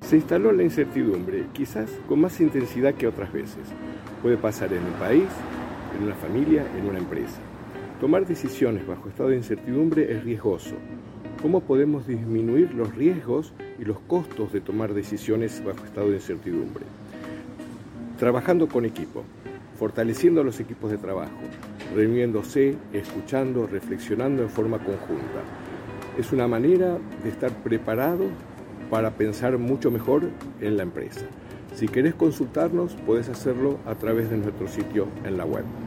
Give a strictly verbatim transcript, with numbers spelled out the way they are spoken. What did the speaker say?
Se instaló la incertidumbre, quizás con más intensidad que otras veces. Puede pasar en un país, en una familia, en una empresa. Tomar decisiones bajo estado de incertidumbre es riesgoso. ¿Cómo podemos disminuir los riesgos y los costos de tomar decisiones bajo estado de incertidumbre? Trabajando con equipo, fortaleciendo los equipos de trabajo, reuniéndose, escuchando, reflexionando en forma conjunta. Es una manera de estar preparado para pensar mucho mejor en la empresa. Si querés consultarnos, puedes hacerlo a través de nuestro sitio en la web.